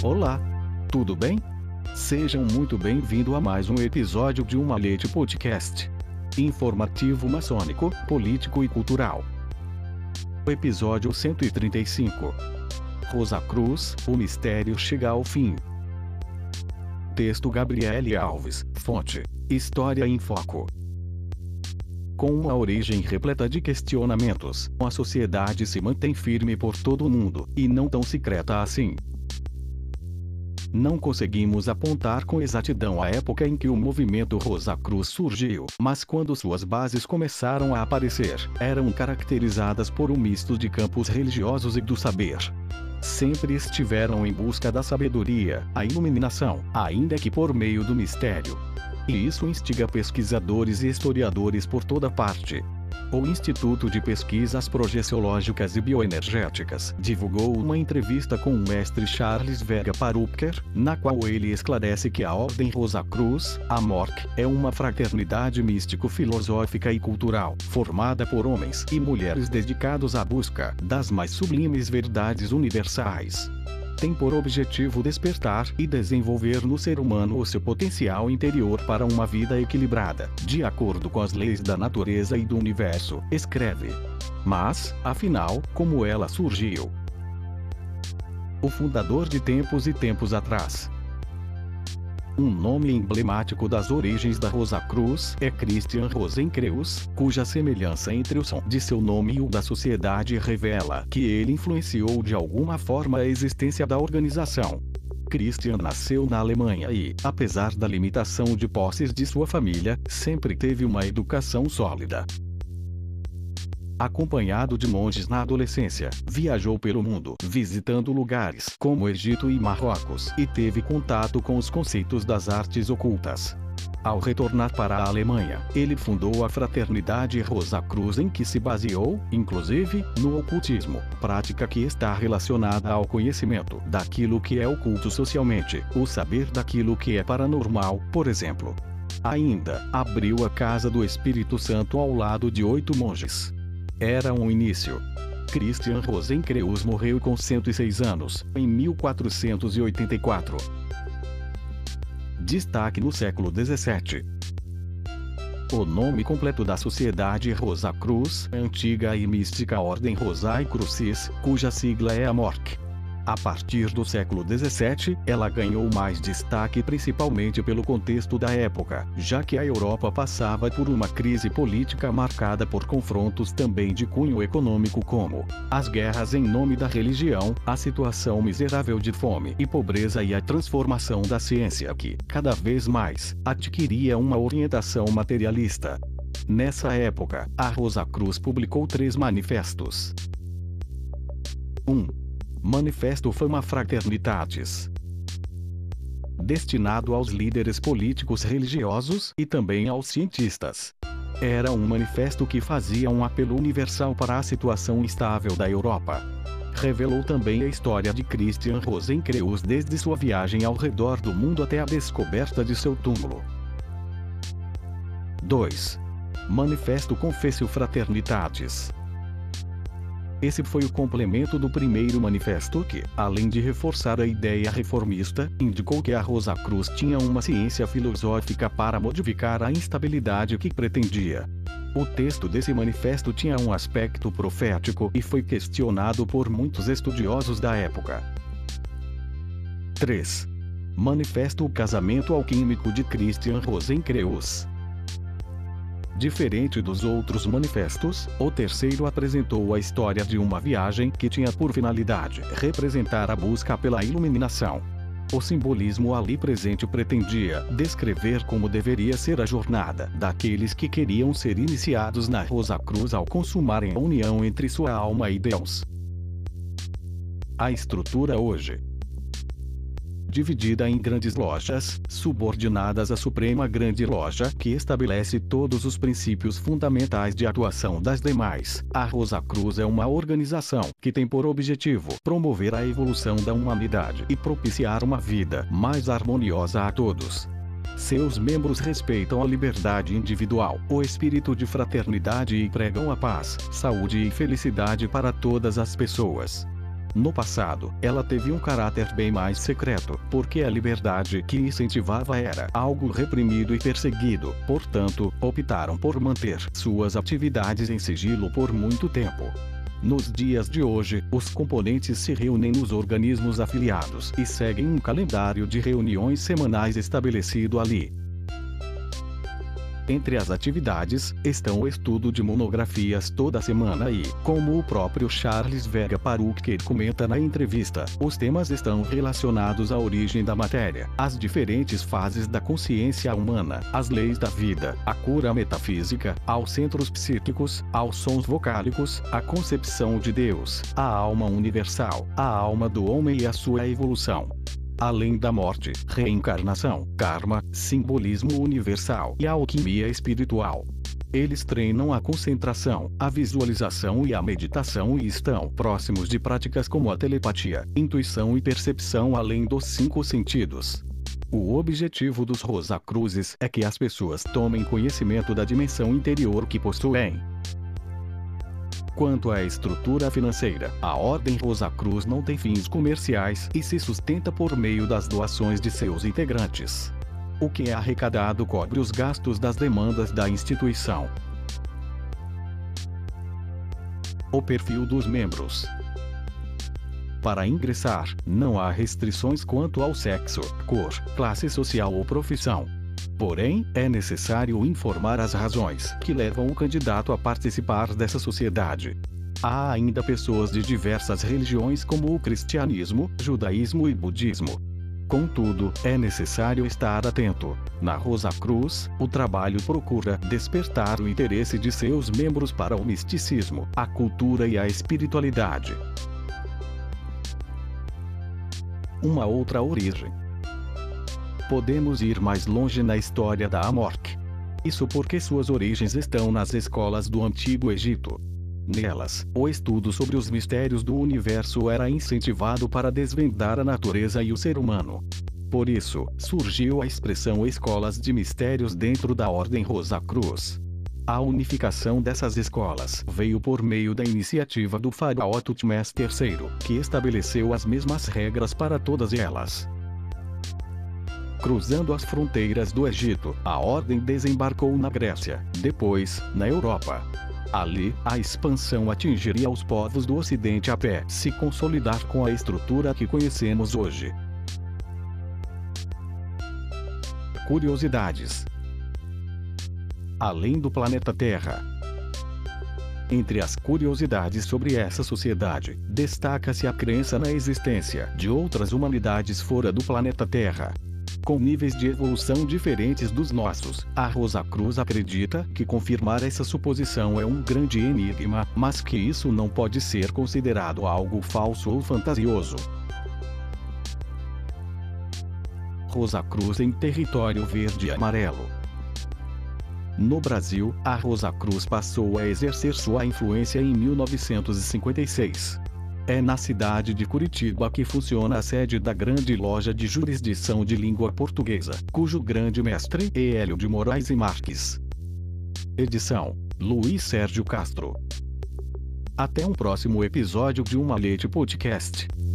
Olá! Tudo bem? Sejam muito bem-vindos a mais um episódio de Uma Leite Podcast. Informativo maçônico, político e cultural. Episódio 135. Rosa Cruz, o mistério chega ao fim. Texto Gabriele Alves, fonte, História em Foco. Com uma origem repleta de questionamentos, a sociedade se mantém firme por todo o mundo, e não tão secreta assim. Não conseguimos apontar com exatidão a época em que o movimento Rosa Cruz surgiu, mas quando suas bases começaram a aparecer, eram caracterizadas por um misto de campos religiosos e do saber. Sempre estiveram em busca da sabedoria, a iluminação, ainda que por meio do mistério. E isso instiga pesquisadores e historiadores por toda parte. O Instituto de Pesquisas Projeciológicas e Bioenergéticas divulgou uma entrevista com o mestre Charles Vega Parupker, na qual ele esclarece que a Ordem Rosa Cruz, a MORC, é uma fraternidade místico-filosófica e cultural, formada por homens e mulheres dedicados à busca das mais sublimes verdades universais. Tem por objetivo despertar e desenvolver no ser humano o seu potencial interior para uma vida equilibrada, de acordo com as leis da natureza e do universo, escreve. Mas, afinal, como ela surgiu? O fundador de tempos e tempos atrás. Um nome emblemático das origens da Rosa Cruz é Christian Rosenkreuz, cuja semelhança entre o som de seu nome e o da sociedade revela que ele influenciou de alguma forma a existência da organização. Christian nasceu na Alemanha e, apesar da limitação de posses de sua família, sempre teve uma educação sólida. Acompanhado de monges na adolescência, viajou pelo mundo, visitando lugares como Egito e Marrocos, e teve contato com os conceitos das artes ocultas. Ao retornar para a Alemanha, ele fundou a Fraternidade Rosa Cruz, em que se baseou, inclusive, no ocultismo, prática que está relacionada ao conhecimento daquilo que é oculto socialmente, o saber daquilo que é paranormal, por exemplo. Ainda, abriu a Casa do Espírito Santo ao lado de 8 monges. Era um início. Christian Rosenkreuz morreu com 106 anos, em 1484. Destaque no século XVII. O nome completo da Sociedade Rosa Cruz é a Antiga e Mística Ordem Rosae Crucis, cuja sigla é a MORC. A partir do século XVII, ela ganhou mais destaque principalmente pelo contexto da época, já que a Europa passava por uma crise política marcada por confrontos também de cunho econômico, como as guerras em nome da religião, a situação miserável de fome e pobreza e a transformação da ciência que, cada vez mais, adquiria uma orientação materialista. Nessa época, a Rosa Cruz publicou 3 manifestos. 1. Manifesto Fama Fraternitatis. Destinado aos líderes políticos religiosos e também aos cientistas. Era um manifesto que fazia um apelo universal para a situação instável da Europa. Revelou também a história de Christian Rosenkreuz desde sua viagem ao redor do mundo até a descoberta de seu túmulo. 2. Manifesto Confessio Fraternitatis. Esse foi o complemento do primeiro manifesto que, além de reforçar a ideia reformista, indicou que a Rosa Cruz tinha uma ciência filosófica para modificar a instabilidade que pretendia. O texto desse manifesto tinha um aspecto profético e foi questionado por muitos estudiosos da época. 3. Manifesto O Casamento Alquímico de Christian Rosenkreuz. Diferente dos outros manifestos, o terceiro apresentou a história de uma viagem que tinha por finalidade representar a busca pela iluminação. O simbolismo ali presente pretendia descrever como deveria ser a jornada daqueles que queriam ser iniciados na Rosa Cruz ao consumarem a união entre sua alma e Deus. A estrutura hoje. Dividida em grandes lojas, subordinadas à Suprema Grande Loja, que estabelece todos os princípios fundamentais de atuação das demais. A Rosa Cruz é uma organização que tem por objetivo promover a evolução da humanidade e propiciar uma vida mais harmoniosa a todos. Seus membros respeitam a liberdade individual, o espírito de fraternidade e pregam a paz, saúde e felicidade para todas as pessoas. No passado, ela teve um caráter bem mais secreto, porque a liberdade que incentivava era algo reprimido e perseguido, portanto, optaram por manter suas atividades em sigilo por muito tempo. Nos dias de hoje, os componentes se reúnem nos organismos afiliados e seguem um calendário de reuniões semanais estabelecido ali. Entre as atividades, estão o estudo de monografias toda semana e, como o próprio Charles Vega Paruque comenta na entrevista, os temas estão relacionados à origem da matéria, às diferentes fases da consciência humana, às leis da vida, à cura metafísica, aos centros psíquicos, aos sons vocálicos, à concepção de Deus, à alma universal, à alma do homem e à sua evolução. Além da morte, reencarnação, karma, simbolismo universal e alquimia espiritual. Eles treinam a concentração, a visualização e a meditação e estão próximos de práticas como a telepatia, intuição e percepção além dos 5 sentidos. O objetivo dos Rosacruzes é que as pessoas tomem conhecimento da dimensão interior que possuem. Quanto à estrutura financeira, a Ordem Rosacruz não tem fins comerciais e se sustenta por meio das doações de seus integrantes. O que é arrecadado cobre os gastos das demandas da instituição. O perfil dos membros. Para ingressar, não há restrições quanto ao sexo, cor, classe social ou profissão. Porém, é necessário informar as razões que levam o candidato a participar dessa sociedade. Há ainda pessoas de diversas religiões como o cristianismo, judaísmo e budismo. Contudo, é necessário estar atento. Na Rosacruz, o trabalho procura despertar o interesse de seus membros para o misticismo, a cultura e a espiritualidade. Uma outra origem. Podemos ir mais longe na história da Amorc. Isso porque suas origens estão nas escolas do Antigo Egito. Nelas, o estudo sobre os mistérios do universo era incentivado para desvendar a natureza e o ser humano. Por isso, surgiu a expressão escolas de mistérios dentro da Ordem Rosacruz. A unificação dessas escolas veio por meio da iniciativa do faraó Tutmés III, que estabeleceu as mesmas regras para todas elas. Cruzando as fronteiras do Egito, a ordem desembarcou na Grécia, depois, na Europa. Ali, a expansão atingiria os povos do Ocidente até se consolidar com a estrutura que conhecemos hoje. Curiosidades. Além do planeta Terra. Entre as curiosidades sobre essa sociedade, destaca-se a crença na existência de outras humanidades fora do planeta Terra. Com níveis de evolução diferentes dos nossos, a Rosacruz acredita que confirmar essa suposição é um grande enigma, mas que isso não pode ser considerado algo falso ou fantasioso. Rosacruz em território verde e amarelo. No Brasil, a Rosacruz passou a exercer sua influência em 1956. É na cidade de Curitiba que funciona a sede da Grande Loja de Jurisdição de Língua Portuguesa, cujo grande mestre é Hélio de Moraes e Marques. Edição: Luiz Sérgio Castro. Até um próximo episódio de Uma Leite Podcast.